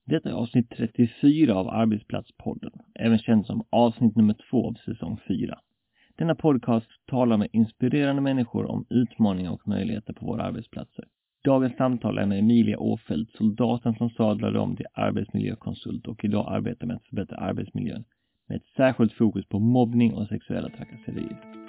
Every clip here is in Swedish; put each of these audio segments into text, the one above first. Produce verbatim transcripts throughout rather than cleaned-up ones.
Detta är avsnitt trettiofyra av Arbetsplatspodden, även känd som avsnitt nummer två av säsong fyra. Denna podcast talar med inspirerande människor om utmaningar och möjligheter på våra arbetsplatser. Dagens samtal är med Emilia Åfeldt, soldaten som sadlade om till arbetsmiljökonsult och idag arbetar med att förbättra arbetsmiljön med ett särskilt fokus på mobbning och sexuella trakasserier.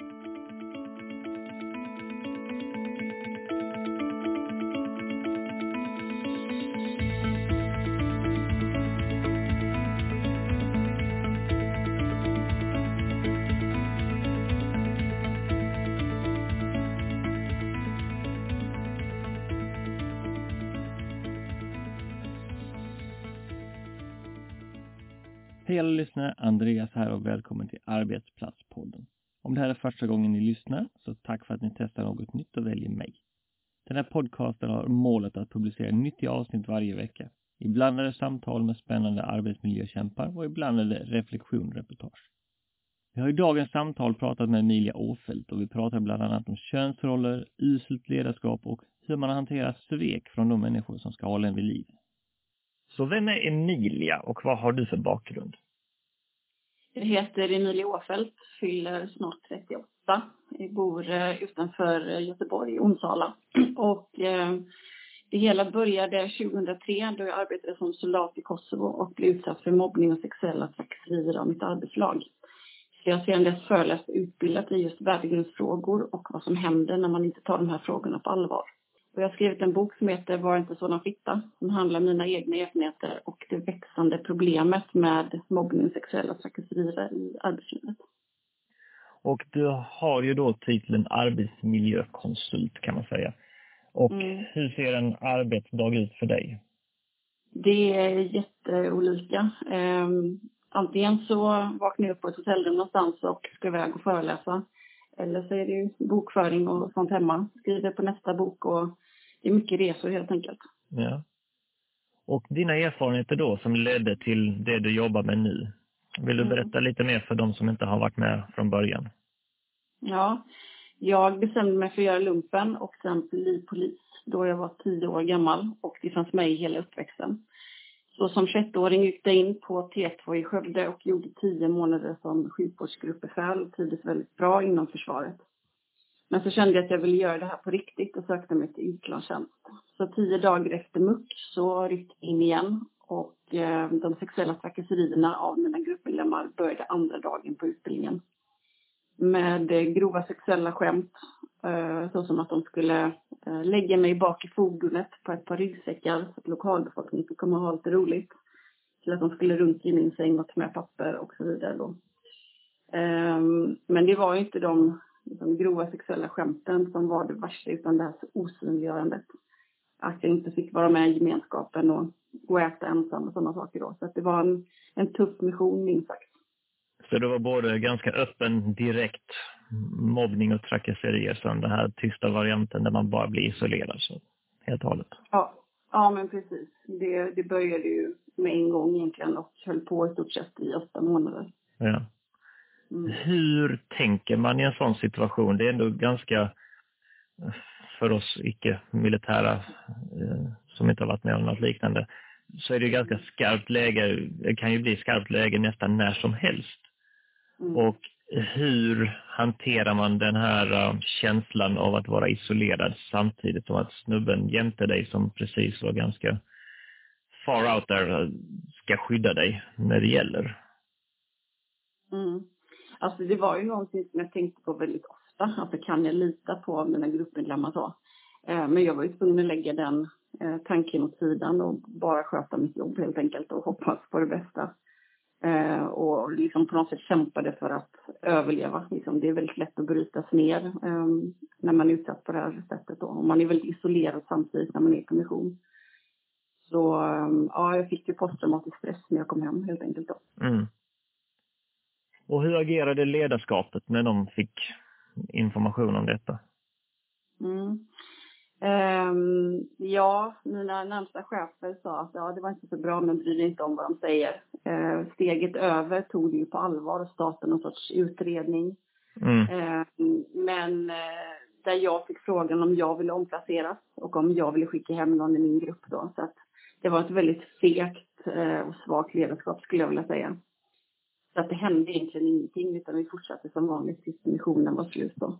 Hej alla lyssnare, Andreas här och välkommen till Arbetsplatspodden. Om det här är första gången ni lyssnar, så tack för att ni testar något nytt och väljer mig. Den här podcasten har målet att publicera nyttiga avsnitt varje vecka. Ibland är det samtal med spännande arbetsmiljökämpar och ibland är det reflektion och reportage. Vi har i dagens samtal pratat med Emilia Åfeldt och vi pratar bland annat om könsroller, uselt ledarskap och hur man hanterar svek från de människor som ska hålla en vid liv. Så vem är Emilia och vad har du för bakgrund? Jag heter Emilia Åfeldt, fyller snart trettioåtta. Jag bor utanför Göteborg, Onsala. Och eh, det hela började tjugohundratre då jag arbetade som soldat i Kosovo och blev utsatt för mobbning och sexuella trakasserier av mitt arbetslag. Så jag sedan dess föreläst och utbildat i just värdegrundsfrågor och vad som händer när man inte tar de här frågorna på allvar. Och jag har skrivit en bok som heter Var inte sådan fitta, som handlar om mina egna erfarenheter och det växande problemet med mobbning och sexuella trakasserier i arbetslivet. Och du har ju då titeln arbetsmiljökonsult kan man säga. Och mm. hur ser en arbetsdag ut för dig? Det är jätteolika. Um, antingen så vaknar jag upp på ett hotellrum någonstans och ska iväg och föreläsa. Eller så är det ju bokföring och sånt hemma. Skriver på nästa bok och det är mycket resor helt enkelt. Ja. Och dina erfarenheter då som ledde till det du jobbar med nu. Vill du berätta mm. lite mer för de som inte har varit med från början? Ja, jag bestämde mig för att göra lumpen och sen bli polis då jag var tio år gammal. Och det fanns med i hela uppväxten. Så som tjugoett-åring gick jag in på T två i Skövde och gjorde tio månader som sjukvårdsgruppbefäl och trivdes väldigt bra inom försvaret. Men så kände jag att jag ville göra det här på riktigt och sökte mig till utlandstjänst. Så tio dagar efter muck så ryckte jag in igen och eh, de sexuella trakasserierna av mina gruppmedlemmar började andra dagen på utbildningen. Med eh, grova sexuella skämt, eh, så som att de skulle eh, lägga mig bak i fordonet på ett par ryggsäckar så att lokalbefolkningen skulle komma och ha lite roligt. Till att de skulle runt i min säng och ta med papper och så vidare då. Eh, men det var ju inte de... de grova sexuella skämten som var det värsta utan det här osynliggörandet. Att jag inte fick vara med i gemenskapen och, och äta ensam och sådana saker då. Så att det var en, en tuff mission minst sagt. Så det var både ganska öppen, direkt mobbning och trakasserier som den här tysta varianten där man bara blir isolerad så helt och hållet. Ja, ja men precis. Det, det började ju med en gång egentligen och höll på i stort sett i åtta månader. Ja. Mm. Hur tänker man i en sån situation? Det är ändå ganska, för oss icke-militära eh, som inte har varit med om något liknande, så är det ju ganska skarpt läge, det kan ju bli skarpt läge nästan när som helst. Mm. Och hur hanterar man den här uh, känslan av att vara isolerad samtidigt som att snubben jämte dig som precis var ganska far out there ska skydda dig när det gäller? Mm. Alltså det var ju någonting som jag tänkte på väldigt ofta. Alltså kan jag lita på mina gruppmedlemmar så. Eh, men jag var ju tvungen att lägga den eh, tanken åt sidan och bara sköta mitt jobb helt enkelt och hoppas på det bästa. Eh, och liksom på något sätt kämpade för att överleva. Liksom, det är väldigt lätt att brytas ner eh, när man är utsatt på det här sättet då. Och man är väldigt isolerad samtidigt när man är på mission. Så eh, ja, jag fick ju posttraumatisk stress när jag kom hem helt enkelt då. Mm. Och hur agerade ledarskapet när de fick information om detta? Mm. Um, ja, mina närmsta chefer sa att ja, det var inte så bra men bryr inte om vad de säger. Uh, steget över tog det ju på allvar och startade någon sorts utredning. Mm. Uh, men uh, där jag fick frågan om jag ville omplaceras och om jag ville skicka hem någon i min grupp då. Så att det var ett väldigt fegt eh, och svagt ledarskap skulle jag vilja säga. Så att det hände egentligen ingenting utan vi fortsatte som vanligt tills missionen var slut då.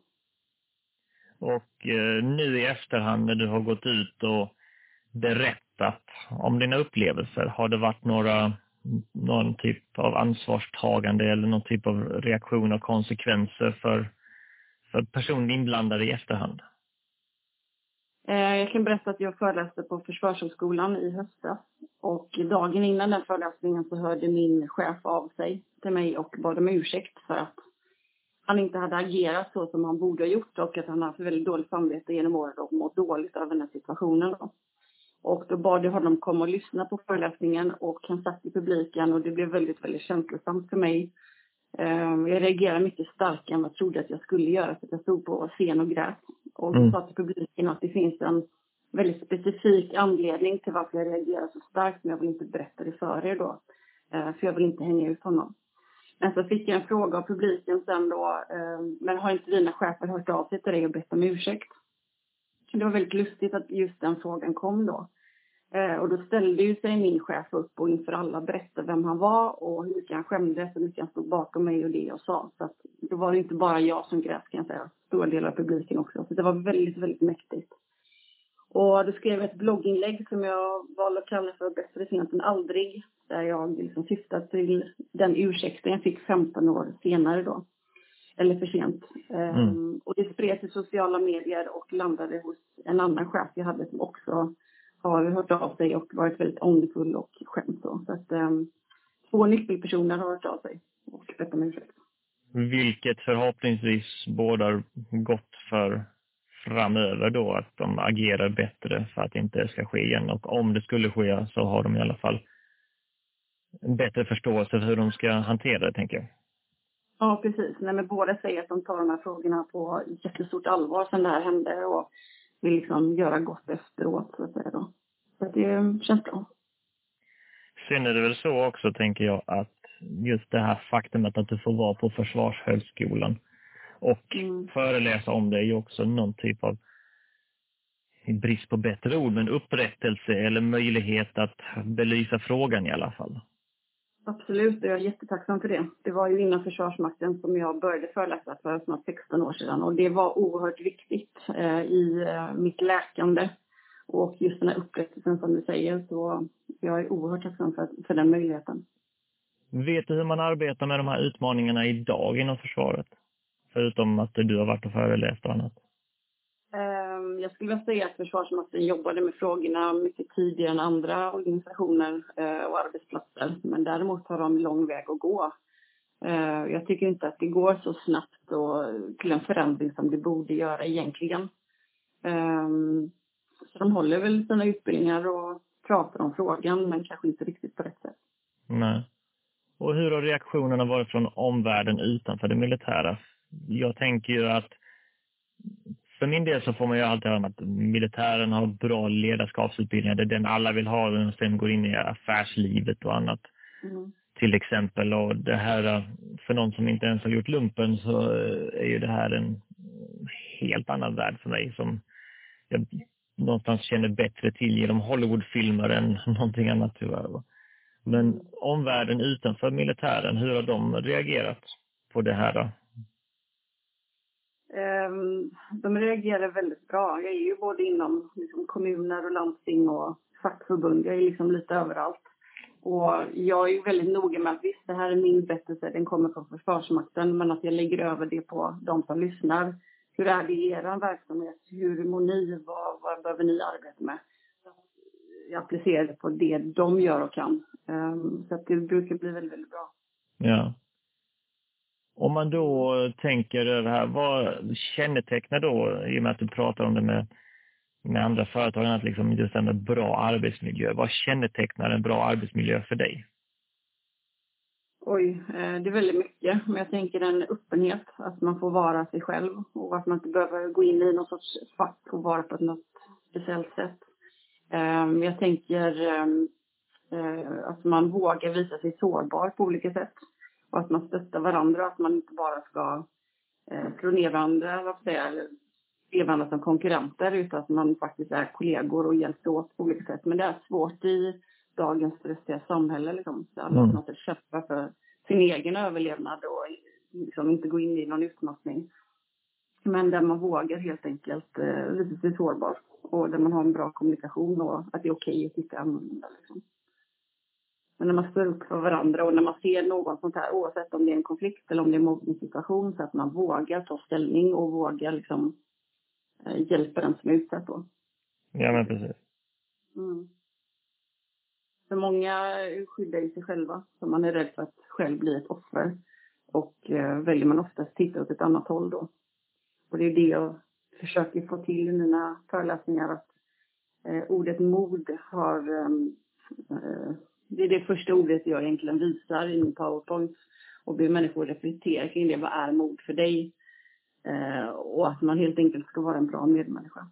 Och eh, nu i efterhand när du har gått ut och berättat om dina upplevelser, har det varit några någon typ av ansvarstagande eller någon typ av reaktion och konsekvenser för, för personer inblandade i efterhand? Jag kan berätta att jag föreläste på Försvarshögskolan i höstas. Och dagen innan den föreläsningen så hörde min chef av sig till mig och bad om ursäkt för att han inte hade agerat så som han borde ha gjort. Och att han hade haft väldigt dåligt samvete genom året och mått dåligt över den här situationen. Då. Och då bad jag honom komma och lyssna på föreläsningen och han satt i publiken och det blev väldigt, väldigt känslosamt för mig. Jag reagerade mycket starkare än vad jag trodde att jag skulle göra så att jag stod på scen och grät. Och mm. sa till publiken att det finns en väldigt specifik anledning till varför jag reagerar så starkt. Men jag vill inte berätta det för er då. För jag vill inte hänga ut honom. Men så fick jag en fråga av publiken sen då. Men har inte dina chefer hört av sig till dig och bett om ursäkt? Det var väldigt lustigt att just den frågan kom då. Och då ställde ju sig min chef upp och inför alla berättade vem han var och hur mycket han skämdes och hur mycket han stod bakom mig och det jag sa. Så att det var inte bara jag som grät kan jag säga. Stora delar av publiken också. Så det var väldigt, väldigt mäktigt. Och då skrev jag ett blogginlägg som jag valde att kalla för Bättre sent än aldrig. Där jag liksom syftade till den ursäkten jag fick femton år senare då. Eller för sent. Mm. Um, och det spreds i sociala medier och landade hos en annan chef jag hade som också har hört av sig och varit väldigt ångerfull och skämt då. Så att um, två nyckelpersoner har hört av sig och bett om ursäkt. Vilket förhoppningsvis bådar gott för framöver då, att de agerar bättre för att det inte ska ske igen. Och om det skulle ske så har de i alla fall en bättre förståelse för hur de ska hantera det, tänker jag. Ja, precis. Nej, men båda säger att de tar de här frågorna på jättestort allvar sen det här hände och vill liksom göra gott efteråt, så att säga då. Så att det känns bra. Sen är det väl så också, tänker jag, att just det här faktumet att du får vara på Försvarshögskolan och mm. föreläsa om det är ju också någon typ av, i brist på bättre ord, men upprättelse eller möjlighet att belysa frågan i alla fall. Absolut, och jag är jättetacksam för det. Det var ju inom Försvarsmakten som jag började föreläsa för snart sexton år sedan. Och det var oerhört viktigt eh, i eh, mitt läkande. Och just den här upprättelsen som du säger, så jag är oerhört tacksam för, för den möjligheten. Vet du hur man arbetar med de här utmaningarna idag inom försvaret? Förutom att du har varit och föreläst och annat. Jag skulle vilja säga att Försvarsmakten jobbade med frågorna mycket tidigare än andra organisationer och arbetsplatser. Men däremot har de lång väg att gå. Jag tycker inte att det går så snabbt och till en förändring som det borde göra egentligen. Så de håller väl sina utbildningar och pratar om frågan, men kanske inte riktigt på rätt sätt. Nej. Och hur har reaktionerna varit från omvärlden utanför det militära? Jag tänker ju att för min del så får man ju alltid höra att militären har bra ledarskapsutbildningar. Det är den alla vill ha och sen går in i affärslivet och annat. Mm. Till exempel. Och det här, för någon som inte ens har gjort lumpen, så är ju det här en helt annan värld för mig som jag någonstans känner bättre till genom Hollywoodfilmer än någonting annat tyvärr. Men omvärlden utanför militären, hur har de reagerat på det här då? De reagerar väldigt bra. Jag är ju både inom liksom, kommuner och landsting och fackförbund. Jag är liksom lite överallt. Och jag är ju väldigt noga med att visst, det här är min berättelse. Den kommer från Försvarsmakten. Men att jag lägger över det på de som lyssnar. Hur är det i er verksamhet? Hur mår ni? Vad, vad behöver ni arbeta med? Jag applicerar det på det de gör och kan. Så att det brukar bli väldigt, väldigt bra. Ja. Om man då tänker över här, vad kännetecknar då, i och med att du pratar om det med, med andra företag, att liksom just det med bra arbetsmiljö, vad kännetecknar en bra arbetsmiljö för dig? Oj, det är väldigt mycket. Men jag tänker en öppenhet, att man får vara sig själv och att man inte behöver gå in i någon sorts fack och vara på något speciellt sätt. Jag tänker att man vågar visa sig sårbar på olika sätt. Och att man stöttar varandra. Att man inte bara ska eh, slå ner varandra. Vad säga, eller se varandra som konkurrenter. Utan att man faktiskt är kollegor och hjälps åt på olika sätt. Men det är svårt i dagens stressiga samhälle. Liksom. Så alla Mm. måste kämpa för sin egen överlevnad och liksom inte gå in i någon utmattning. Men där man vågar helt enkelt eh, visa sig sårbar. Och där man har en bra kommunikation och att det är okej att titta annorlunda. Liksom. Men när man står upp för varandra och när man ser någon sånt här, oavsett om det är en konflikt eller om det är en mobbningssituation, så att man vågar ta ställning och vågar liksom eh, hjälpa den som är utsatt då. Ja, men precis. Mm. För många skyddar i sig själva, så man är rädd för att själv bli ett offer. Och eh, väljer man oftast titta åt ett annat håll då. Och det är det jag försöker få till i mina föreläsningar, att eh, ordet mod har... Eh, det är det första ordet jag egentligen visar i min PowerPoint. Och ber människor reflektera kring det. Vad är mod för dig? Eh, och att man helt enkelt ska vara en bra medmänniska.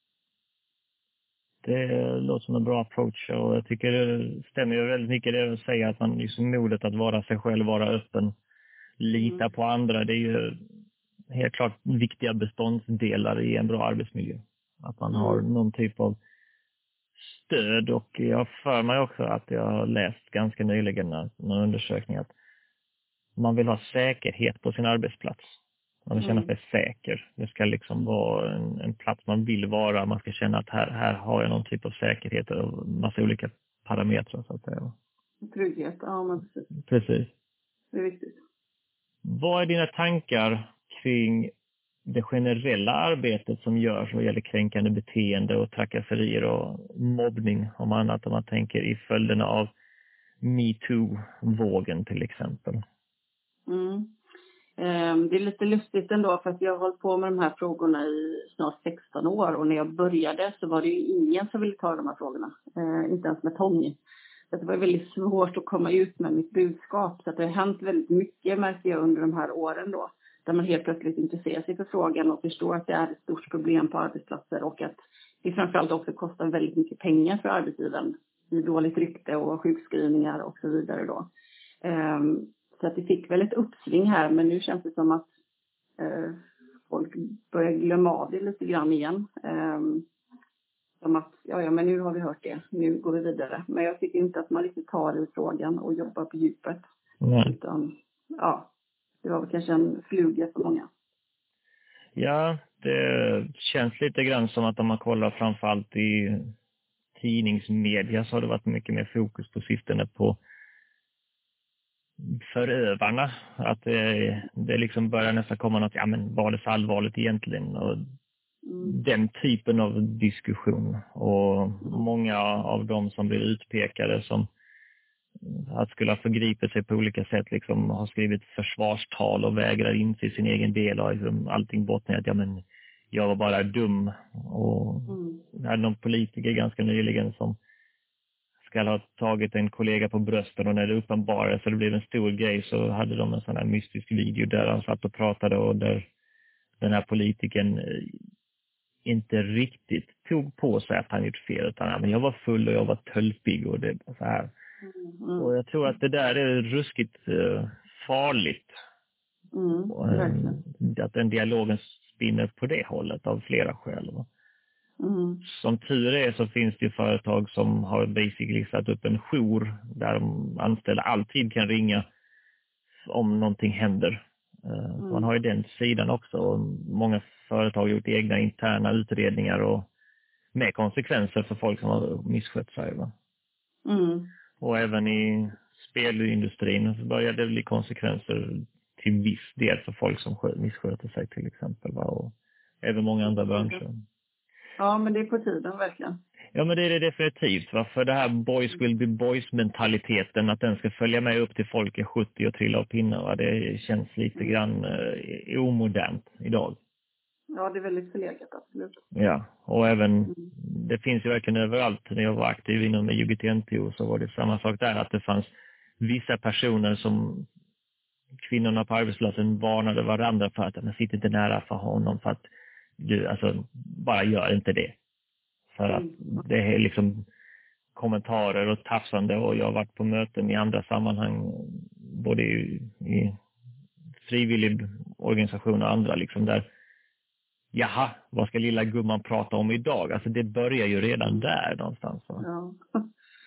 Det låter som en bra approach, och jag tycker det stämmer ju väldigt mycket det att säga att man liksom modet att vara sig själv, vara öppen, lita Mm. på andra. Det är ju helt klart viktiga beståndsdelar i en bra arbetsmiljö. Att man Mm. har någon typ av stöd, och jag för mig också att jag har läst ganska nyligen någon undersökning att man vill ha säkerhet på sin arbetsplats. Man vill känna Mm. sig säker. Det ska liksom vara en, en plats man vill vara. Man ska känna att här, här har jag någon typ av säkerhet och massa olika parametrar så att säga. Trygghet, ja men precis. Precis. Det är viktigt. Vad är dina tankar kring det generella arbetet som görs vad gäller kränkande beteende och trakasserier och mobbning, om annat, om man tänker i följderna av MeToo-vågen till exempel? Mm. Det är lite lustigt ändå, för att jag har hållit på med de här frågorna i snart sexton år, och när jag började så var det ju ingen som ville ta de här frågorna, eh, inte ens med tång. Så det var väldigt svårt att komma ut med mitt budskap, så att det har hänt väldigt mycket, märker jag, under de här åren då, där man helt plötsligt intresserar sig för frågan och förstår att det är ett stort problem på arbetsplatser, och att det framförallt också kostar väldigt mycket pengar för arbetsgivaren i dåligt rykte och sjukskrivningar och så vidare då. Um, Så att det fick väl ett uppsving här, men nu känns det som att eh, folk börjar glömma av det lite grann igen. Eh, som att, ja, ja men nu har vi hört det, nu går vi vidare. Men jag tycker inte att man riktigt tar i frågan och jobbar på djupet. Nej. Utan, ja, det var väl kanske en fluga för många. Ja, det känns lite grann som att om man kollar framförallt i tidningsmedia så har det varit mycket mer fokus på sistone på förövarna. Att det, det liksom börjar nästan komma något, ja men var det så allvarligt egentligen? Och Mm. den typen av diskussion. Och många av dem som blir utpekade som att skulle ha förgripit sig på olika sätt liksom har skrivit försvarstal och vägrar inse sin egen del och liksom allting bottnar att ja men jag var bara dum. Och Mm. det hade någon politiker ganska nyligen som ska ha tagit en kollega på brösten, och när det uppenbarade så det blev en stor grej så hade de en sån här mystisk video där han satt och pratade och där den här politikern inte riktigt tog på sig att han gjort fel, utan ja, men jag var full och jag var tölpig och det så här. Mm. Och jag tror att det där är ruskigt uh, farligt. Mm. Och, um, att den dialogen spinner på det hållet av flera skäl. Mm. Som tur är så finns det ju företag som har basically satt upp en jour där de anställda alltid kan ringa om någonting händer. Uh, Mm. Man har ju den sidan också, och många företag har gjort egna interna utredningar och med konsekvenser för folk som har misskött sig. Va? Mm. Och även i spelindustrin så börjar det bli konsekvenser till viss del för folk som missköter sig till exempel. Va? Och även många andra branscher. Ja, men det är på tiden verkligen. Ja, men det är det definitivt. Va? För det här boys will be boys mentaliteten, att den ska följa med upp till folk är sjuttio och trilla av pinnar. Va? Det känns lite grann eh, omodernt idag. Ja, det är väldigt förlegat, absolut. Ja, och även, Mm. det finns ju verkligen överallt. När jag var aktiv inom U G T N T O så var det samma sak där, att det fanns vissa personer som kvinnorna på arbetsplatsen varnade varandra för att man sitter inte nära för honom, för att du, alltså, bara gör inte det. För att det är liksom kommentarer och tafsande, och jag har varit på möten i andra sammanhang, både i, i frivillig organisation och andra liksom, där jaha, vad ska lilla gumman prata om idag? Alltså det börjar ju redan där någonstans. Va? Ja.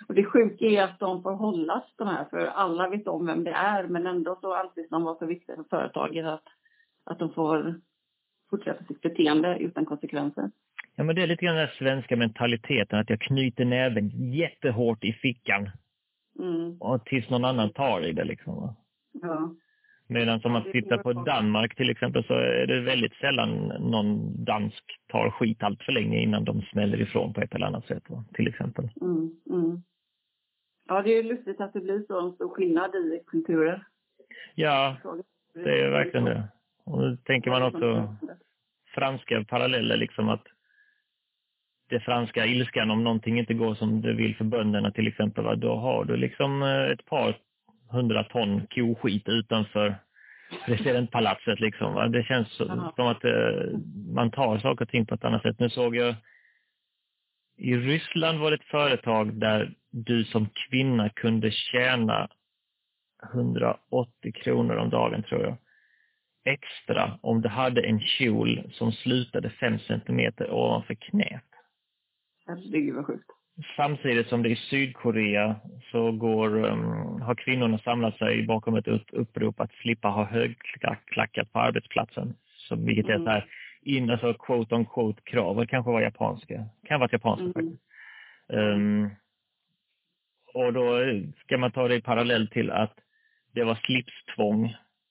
Och det sjuka är att de får hållas de här, för alla vet om vem det är, men ändå så alltid som var så viktigt för företaget att, att de får fortsätta sitt beteende utan konsekvenser. Ja, men det är lite grann den svenska mentaliteten att jag knyter näven jättehårt i fickan. Mm. Och tills någon annan tar i det liksom. Va? Ja. Medan om man tittar på Danmark till exempel så är det väldigt sällan någon dansk tar skit allt för länge innan de smäller ifrån på ett eller annat sätt. Va? Till exempel. Mm. Mm. Ja, det är ju lustigt att det blir så en stor skillnad i kulturer. Ja, det är verkligen det. Och då tänker man också franska paralleller liksom att det franska ilskan om någonting inte går som det vill för bönderna till exempel. Va? Då har du liksom ett par hundra ton koskit utanför presidentpalatset liksom. Va? Det känns så, som att eh, man tar saker och ting på ett annat sätt. Nu såg jag i Ryssland var det ett företag där du som kvinna kunde tjäna hundraåttio kronor om dagen tror jag. Extra om du hade en kjol som slutade fem centimeter ovanför knät. Det var sjukt. Samtidigt som det i Sydkorea så går, um, har kvinnorna samlat sig bakom ett upprop att slippa ha högklackat på arbetsplatsen. Så, vilket är så här, in, alltså quote on quote krav. Det kanske var japanska. Kan vara japanska mm. faktiskt. Um, och då ska man ta det i parallell till att det var slipstvång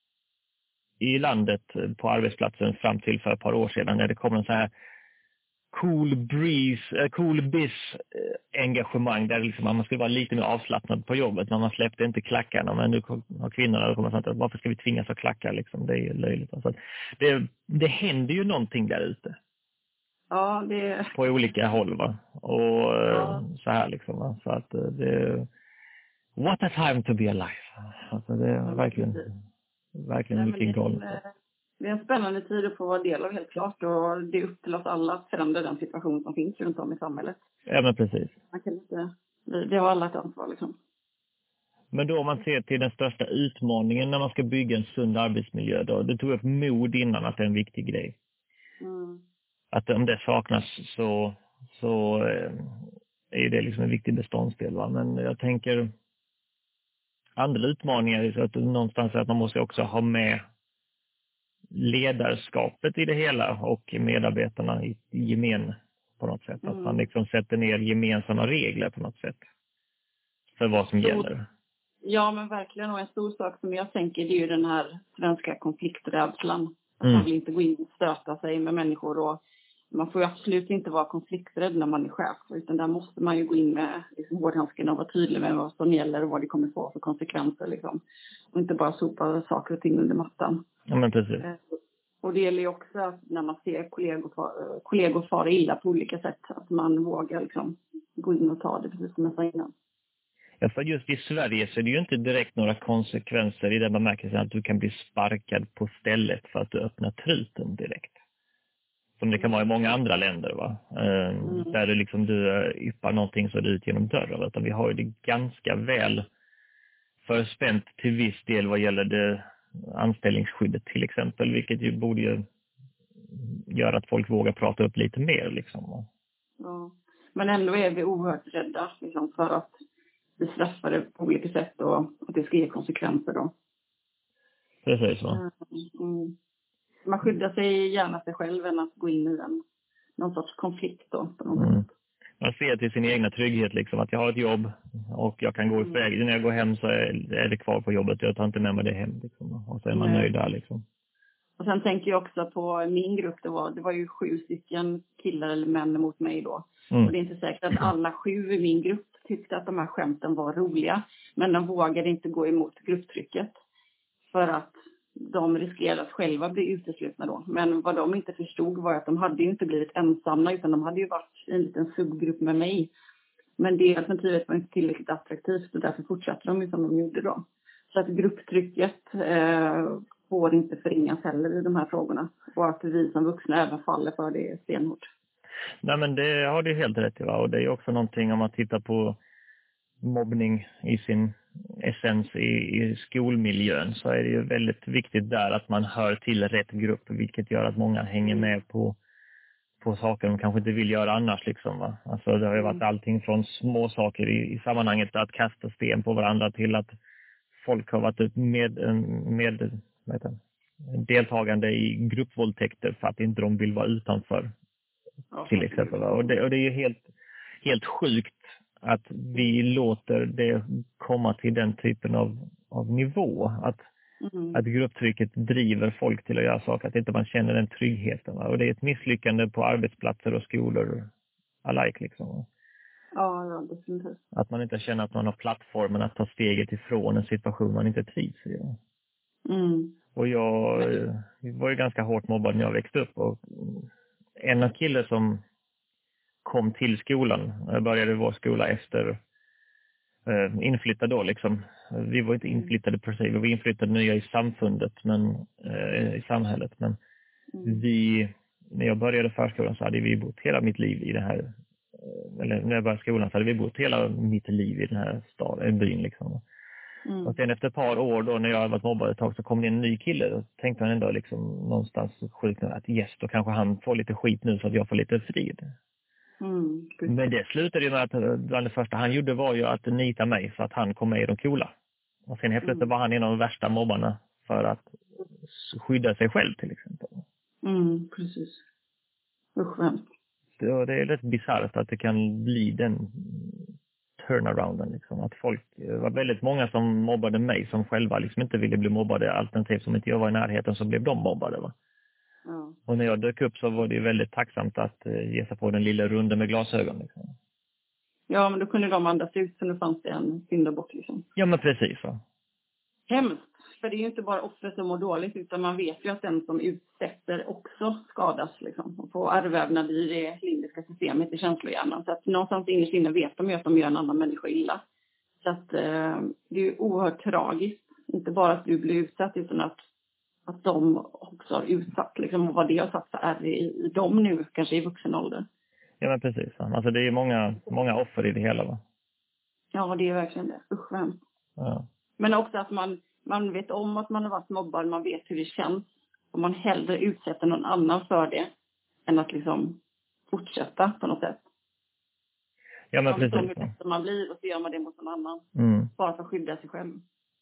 i landet på arbetsplatsen fram till för ett par år sedan när det kom en så här cool breeze, cool biz engagemang där liksom man skulle vara lite mer avslappnad på jobbet, men man släppte inte klackarna. Men nu har kvinnorna kommit fram till att varför ska vi tvingas att klacka liksom? Det är ju löjligt. Alltså, det, det händer ju någonting där ute. Ja, det... På olika håll va. Och ja. Så här liksom va. Så att det... What a time to be alive. Alltså det är ja, verkligen... Precis. Verkligen Nej, mycket galet. Det är en spännande tid att få vara del av helt klart. Och det är upp till oss alla att förändra den situation som finns runt om i samhället. Ja, men precis. Man kan inte, det har alla ett ansvar liksom. Men då om man ser till den största utmaningen när man ska bygga en sund arbetsmiljö då. Du tog upp mod innan att det är en viktig grej. Mm. Att om det saknas så, så är det liksom en viktig beståndsdel va. Men jag tänker... Andra utmaningar är så att någonstans är att man måste också ha med ledarskapet i det hela och medarbetarna i, i gemen på något sätt. Mm. Att man liksom sätter ner gemensamma regler på något sätt för vad som så, gäller. Ja, men verkligen. Och en stor sak som jag tänker det är ju den här svenska konflikträdslan. Att mm. man vill inte gå in och stöta sig med människor och man får ju absolut inte vara konflikträdd när man är chef. Utan där måste man ju gå in med liksom, hårdhandsken och vara tydlig med vad som gäller och vad det kommer få för konsekvenser. Liksom. Och inte bara sopa saker och ting under mattan. Ja, men precis. Och det gäller ju också att när man ser kollegor, kollegor fara illa på olika sätt. Att man vågar liksom, gå in och ta det precis som jag sa innan. Ja, för just i Sverige så är det ju inte direkt några konsekvenser i den bemärkelsen att du kan bli sparkad på stället för att du öppnar truten direkt. Som det kan vara i många andra länder va. Mm. Där du liksom du yppar någonting så är det ut genom dörren. Utan vi har ju det ganska väl förspänt till viss del vad gäller det anställningsskyddet till exempel. Vilket ju borde ju göra att folk vågar prata upp lite mer liksom. Ja. Men ändå är vi oerhört rädda liksom, för att vi straffar det på olika sätt och att det ska ge konsekvenser då. Precis va. Mm. Man skyddar sig gärna sig själv än att gå in i en, någon sorts konflikt då. På något mm. sätt. Man ser till sin egna trygghet liksom att jag har ett jobb och jag kan gå mm. iväg. När jag går hem så är, är det kvar på jobbet. Jag tar inte med mig det hem liksom. Och så är man Nej. nöjd där liksom. Och sen tänker jag också på min grupp. Det var, det var ju sju stycken killar eller män mot mig då. Mm. Och det är inte säkert att alla sju i min grupp tyckte att de här skämten var roliga. Men de vågade inte gå emot grupptrycket. För att de riskerade att själva bli uteslutna då. Men vad de inte förstod var att de hade ju inte blivit ensamma utan de hade ju varit i en liten subgrupp med mig. Men det alternativet var inte tillräckligt attraktivt och därför fortsatte de ju som de gjorde då. Så att grupptrycket eh, får inte förringas heller i de här frågorna. Och att vi som vuxna även faller för det stenhårt. Nej men det har du helt rätt i va. Och det är också någonting om man tittar på mobbning i sin essens i, i skolmiljön så är det ju väldigt viktigt där att man hör till rätt grupp vilket gör att många hänger med på, på saker de kanske inte vill göra annars liksom, va. Alltså det har ju varit allting från små saker i, i sammanhanget att kasta sten på varandra till att folk har varit med, med vad heter det, deltagande i gruppvåldtäkter för att inte de vill vara utanför, till exempel. Och det, och det är ju helt, helt sjukt att vi låter det komma till den typen av, av nivå. Att, mm. att grupptrycket driver folk till att göra saker. Att inte man känner den tryggheten. Va? Och det är ett misslyckande på arbetsplatser och skolor alike liksom. Ja, ja, definitivt. Att man inte känner att man har plattformen att ta steget ifrån en situation man inte trivs i. Mm. Och jag var ju ganska hårt mobbad när jag växte upp. Och en av killar som kom till skolan, jag började vår skola efter äh, inflyttade då liksom. Vi var inte inflyttade per se, vi var inflyttade nya i samfundet, men äh, i samhället. Men mm. vi, när jag började förskolan så hade vi bott hela mitt liv i det här, eller när jag började skolan så hade vi bott hela mitt liv i den här staden, byn liksom. Mm. Och sen efter ett par år då när jag hade varit mobbad ett tag så kom det en ny kille och tänkte man ändå liksom någonstans sjukt att yes, då kanske han får lite skit nu så att jag får lite frid. Mm. Men det slutade ju med att bland det första han gjorde var ju att nita mig för att han kom med i de coola. Och sen helt plötsligt mm. var han en av de värsta mobbarna för att skydda sig själv till exempel. Mm, precis. Usch, vem? Det, det är rätt bisarrt att det kan bli den turnarounden liksom. Att folk, det var väldigt många som mobbade mig som själva liksom inte ville bli mobbade, alternativt som inte jag var i närheten så blev de mobbade, va. Ja. Och när jag dök upp så var det väldigt tacksamt att uh, ge sig på den lilla runden med glasögon liksom. Ja, men då kunde de andas ut så nu fanns det en syndabock liksom. Ja, men precis så. Hemskt, för det är ju inte bara offret som mår dåligt utan man vet ju att den som utsätter också skadas liksom. Och får ärrvävnad i det limbiska systemet i känslohjärnan. Så att någonstans innerst inne vet de ju att de gör en annan människa illa. Så att uh, det är ju oerhört tragiskt. Inte bara att du blir utsatt utan att att de också har utsatt liksom, och vad det har satt för är i, i dem nu, kanske i vuxen ålder. Ja, men precis. Alltså det är många, många offer i det hela, va? Ja, det är verkligen det. Usch, vem. Ja. Men också att man, man vet om att man har varit mobbad, man vet hur det känns. Och man hellre utsätter någon annan för det än att liksom fortsätta på något sätt. Ja, men man precis. Man vet hur bättre man blir och så gör man det mot någon annan. Mm. Bara för att skydda sig själv.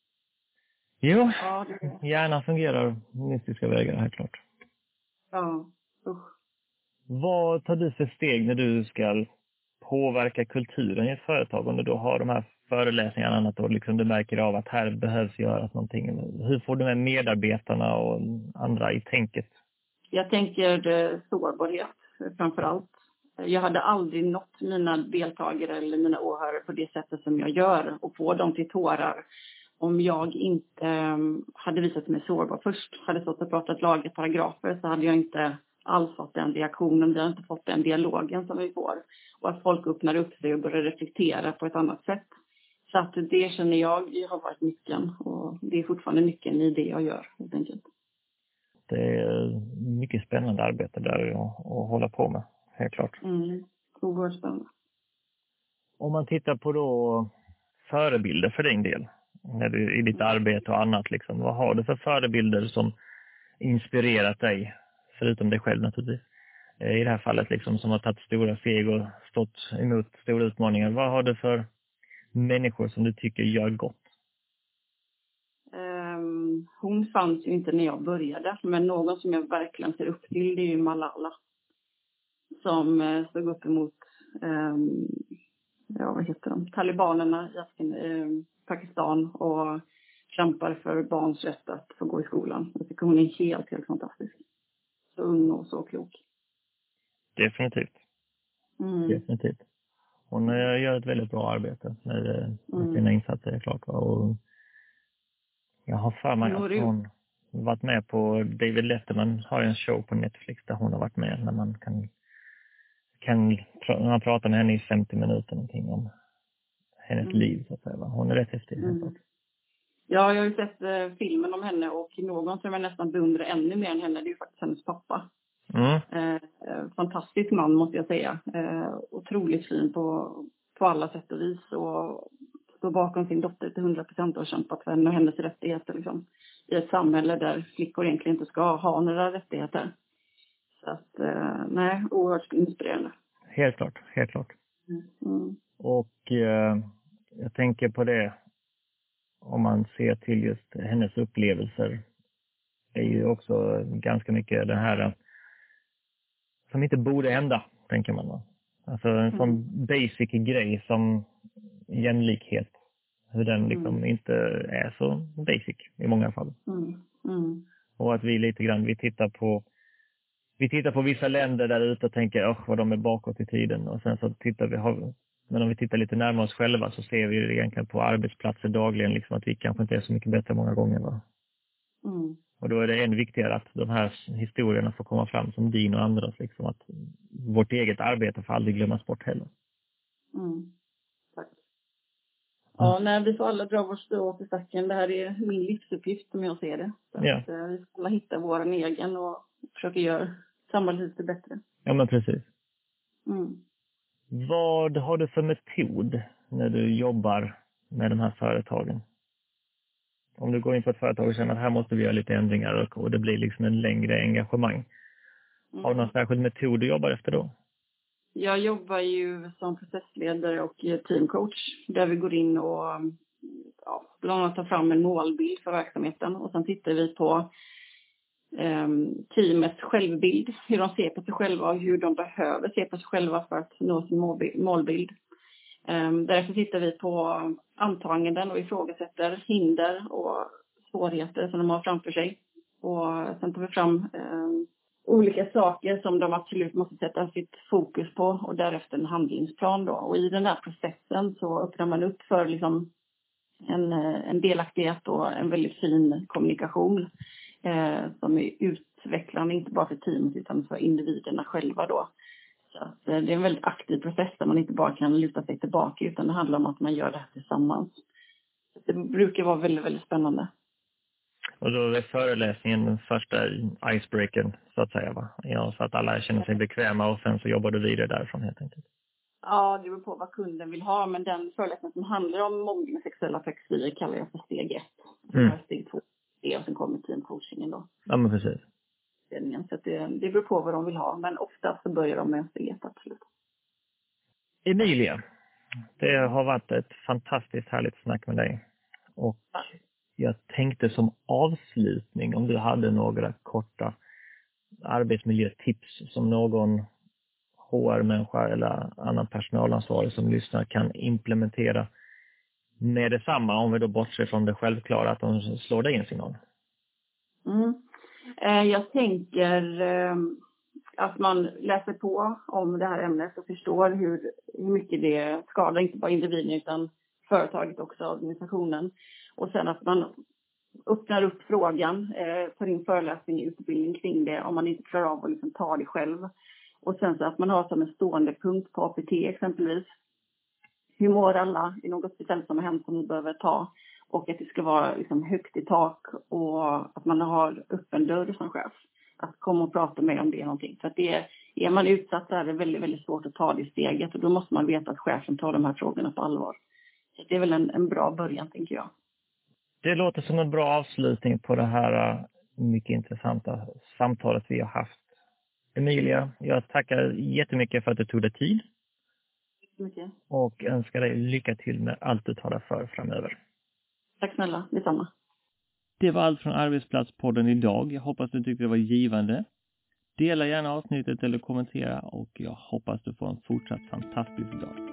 Jo, ja, det... gärna fungerar mystiska vägar här klart. Ja, usch. Vad tar du för steg när du ska påverka kulturen i ett företag? Om du då har de här föreläsningarna annat och liksom du märker av att här behövs göras någonting. Hur får du med medarbetarna och andra i tänket? Jag tänker sårbarhet framför allt. Jag hade aldrig nått mina deltagare eller mina åhörare på det sättet som jag gör och få dem till tårar. Om jag inte hade visat mig sårbar först, hade stått och pratat lagar, paragrafer, så hade jag inte alls fått den reaktionen. Vi har inte fått den dialogen som vi får. Och att folk öppnar upp sig och börjar reflektera på ett annat sätt. Så att det känner jag har varit nyckeln. Och det är fortfarande nyckeln i det jag gör, helt enkelt. Det är mycket spännande arbete där att hålla på med, helt klart. Mm, oerhört spännande. Om man tittar på då förebilder för din del. När du, i ditt arbete och annat liksom. Vad har du för förebilder som inspirerat dig, förutom dig själv naturligtvis, i det här fallet liksom, som har tagit stora steg och stått emot stora utmaningar? Vad har du för människor som du tycker gör gott? Um, hon fanns ju inte när jag började, men någon som jag verkligen ser upp till, det är ju Malala, som uh, stod upp emot um, ja, vad heter de? Talibanerna i Afghan, um, Pakistan och kämpar för barns rätt att få gå i skolan. Jag tycker hon är helt, helt fantastisk. Så ung och så klok. Definitivt. Mm. Definitivt. Hon gör ett väldigt bra arbete med, med mm. sina insatser, är klart. Och jag har för mig att hon varit med på David Letterman har en show på Netflix där hon har varit med när man kan, kan man prata med henne i femtio minuter någonting om hennes mm. liv, så att säga. Hon är rätt häftig. Mm. Ja, jag har ju sett eh, filmen om henne och någon som jag nästan beundrar ännu mer än henne, det är ju faktiskt hennes pappa. Mm. Eh, fantastisk man måste jag säga. Eh, otroligt fin på, på alla sätt och vis och står bakom sin dotter till hundra procent och har kämpat för henne och hennes rättigheter liksom, i ett samhälle där flickor egentligen inte ska ha några rättigheter. Så att, eh, nej, oerhört inspirerande. Helt klart, helt klart. Mm. Mm. Och eh, jag tänker på det, om man ser till just hennes upplevelser, är ju också ganska mycket det här som inte borde hända, tänker man. Va? Alltså en sån Mm. basic grej som jämlikhet, hur den liksom Mm. inte är så basic i många fall. Mm. Mm. Och att vi lite grann, vi tittar på vi tittar på vissa länder där ute och tänker, åh, vad de är bakåt i tiden. Och sen så tittar vi, har, men om vi tittar lite närmare oss själva så ser vi det egentligen på arbetsplatser dagligen, liksom att vi kanske inte är så mycket bättre många gånger. Va? Mm. Och då är det än viktigare att de här historierna får komma fram som din och andras, liksom att vårt eget arbete får aldrig glömmas bort heller. Mm. Tack. Ja, nej, vi får alla dra vår strå till stacken. Det här är min livsuppgift som jag ser det. Så Ja. att, eh, vi ska hitta vår egen och försöka göra samhället lite bättre. Ja, men precis. Mm. Vad har du för metod när du jobbar med de här företagen? Om du går in på ett företag och känner att här måste vi göra lite ändringar och, och det blir liksom en längre engagemang. Mm. Har du någon särskild metod du jobbar efter då? Jag jobbar ju som processledare och teamcoach där vi går in och ja, bland annat tar fram en målbild för verksamheten och sen tittar vi på eh, teamets självbild, hur de ser på sig själva och hur de behöver se på sig själva för att nå sin målbild. Eh, därefter tittar vi på antaganden och ifrågasätter hinder och svårigheter som de har framför sig. Och sen tar vi fram eh, olika saker som de absolut måste sätta sitt fokus på och därefter en handlingsplan då. Och i den här processen så öppnar man upp för liksom en, en delaktighet och en väldigt fin kommunikation eh, som är utvecklande inte bara för teamet utan för individerna själva då. Så att, eh, det är en väldigt aktiv process där man inte bara kan luta sig tillbaka utan det handlar om att man gör det här tillsammans. Det brukar vara väldigt, väldigt spännande. Och då är föreläsningen den första icebreakern så att säga, va? Ja, så att alla känner sig bekväma och sen så jobbar du vidare därifrån helt enkelt. Ja, det beror på vad kunden vill ha, men den föreläsningen som handlar om mobbning och sexuella trakasserier kallar jag för steg ett. Mm. Steg två och sen kommer teamcoachingen då. Ja, men precis. Så att det, det beror på vad de vill ha, men ofta så börjar de med steg ett, absolut. Emilia, det har varit ett fantastiskt härligt snack med dig. Och jag tänkte som avslutning om du hade några korta arbetsmiljötips som någon H R-människa eller annan personalansvarig som lyssnar kan implementera med detsamma, om vi då bortser från det självklara att de slår dig en signal. Mm. Eh, jag tänker eh, att man läser på om det här ämnet och förstår hur, hur mycket det skadar inte bara individen utan företaget också, organisationen. Och sen att man öppnar upp frågan, eh, tar in föreläsning, utbildning kring det om man inte klarar av att liksom ta det själv. Och sen så att man har som en stående punkt på A P T exempelvis. Hur mår alla? I något speciellt som har hänt som ni behöver ta. Och att det ska vara liksom högt i tak och att man har öppen dörr som chef. Att komma och prata med om det är någonting. För att det är, är man utsatt så är det väldigt, väldigt svårt att ta det steget. Och då måste man veta att chefen tar de här frågorna på allvar. Så det är väl en, en bra början, tänker jag. Det låter som en bra avslutning på det här mycket intressanta samtalet vi har haft. Emilia, jag tackar jättemycket för att du tog dig tid. Mycket. Och önskar dig lycka till med allt du tar dig för framöver. Tack snälla, detsamma. Det var allt från Arbetsplatspodden idag. Jag hoppas du tyckte det var givande. Dela gärna avsnittet eller kommentera och jag hoppas du får en fortsatt fantastisk dag.